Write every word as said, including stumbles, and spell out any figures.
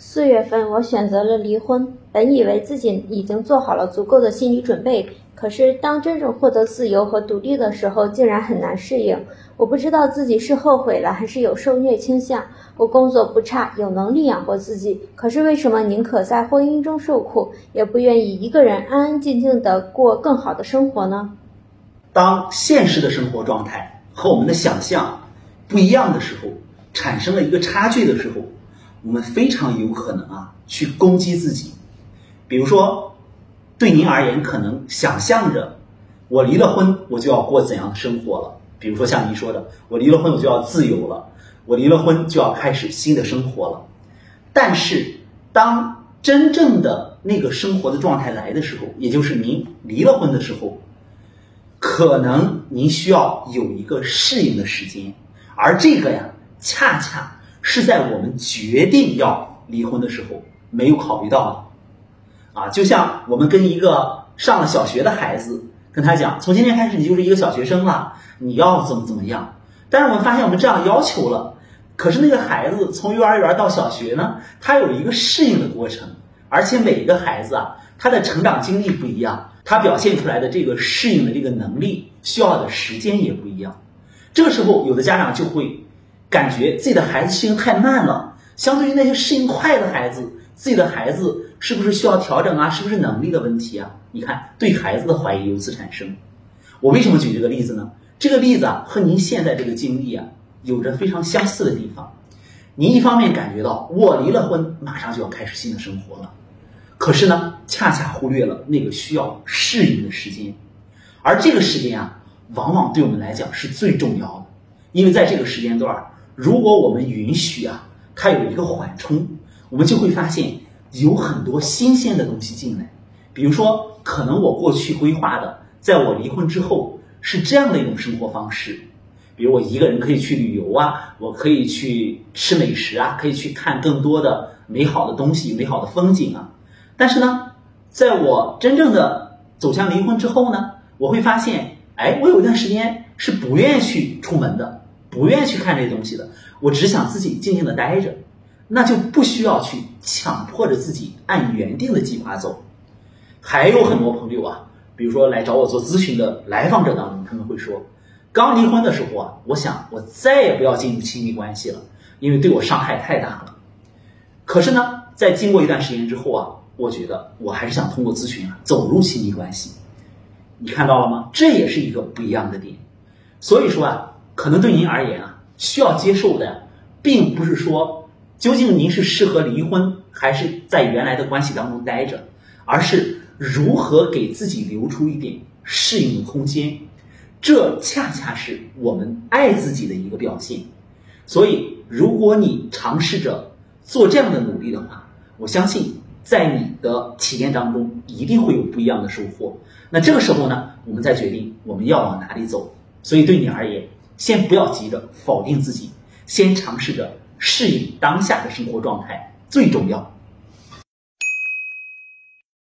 四月份，我选择了离婚。本以为自己已经做好了足够的心理准备，可是当真正获得自由和独立的时候，竟然很难适应。我不知道自己是后悔了，还是有受虐倾向。我工作不差，有能力养活自己，可是为什么宁可在婚姻中受苦，也不愿意一个人安安静静地过更好的生活呢？ 当现实的生活状态和我们的想象不一样的时候，产生了一个差距的时候，我们非常有可能啊去攻击自己。比如说，对您而言，可能想象着我离了婚，我就要过怎样的生活了。比如说像您说的，我离了婚，我就要自由了，我离了婚就要开始新的生活了。但是当真正的那个生活的状态来的时候，也就是您离了婚的时候，可能您需要有一个适应的时间，而这个呀，恰恰是在我们决定要离婚的时候没有考虑到的。啊，就像我们跟一个上了小学的孩子跟他讲，从今天开始你就是一个小学生了，你要怎么怎么样。但是我们发现我们这样要求了，可是那个孩子从幼儿园到小学呢，他有一个适应的过程，而且每一个孩子啊，他的成长经历不一样，他表现出来的这个适应的这个能力需要的时间也不一样。这个时候有的家长就会感觉自己的孩子适应太慢了，相对于那些适应快的孩子，自己的孩子是不是需要调整啊？是不是能力的问题啊？你看，对孩子的怀疑由此产生。我为什么举这个例子呢？这个例子啊，和您现在这个经历啊，有着非常相似的地方。您一方面感觉到我离了婚，马上就要开始新的生活了，可是呢，恰恰忽略了那个需要适应的时间，而这个时间啊，往往对我们来讲是最重要的，因为在这个时间段，如果我们允许啊，它有一个缓冲，我们就会发现有很多新鲜的东西进来。比如说，可能我过去规划的，在我离婚之后是这样的一种生活方式，比如我一个人可以去旅游啊，我可以去吃美食啊，可以去看更多的美好的东西、美好的风景啊。但是呢，在我真正的走向离婚之后呢，我会发现，哎，我有一段时间是不愿意去出门的，不愿意去看这些东西的，我只想自己静静的待着，那就不需要去强迫着自己按原定的计划走。还有很多朋友啊，比如说来找我做咨询的来访者当中，他们会说，刚离婚的时候啊，我想我再也不要进入亲密关系了，因为对我伤害太大了。可是呢，在经过一段时间之后啊，我觉得我还是想通过咨询啊走入亲密关系。你看到了吗？这也是一个不一样的点。所以说啊，可能对您而言啊，需要接受的并不是说究竟您是适合离婚还是在原来的关系当中待着，而是如何给自己留出一点适应的空间。这恰恰是我们爱自己的一个表现。所以如果你尝试着做这样的努力的话，我相信在你的体验当中一定会有不一样的收获。那这个时候呢，我们再决定我们要往哪里走。所以对你而言，先不要急着否定自己，先尝试着适应当下的生活状态最重要。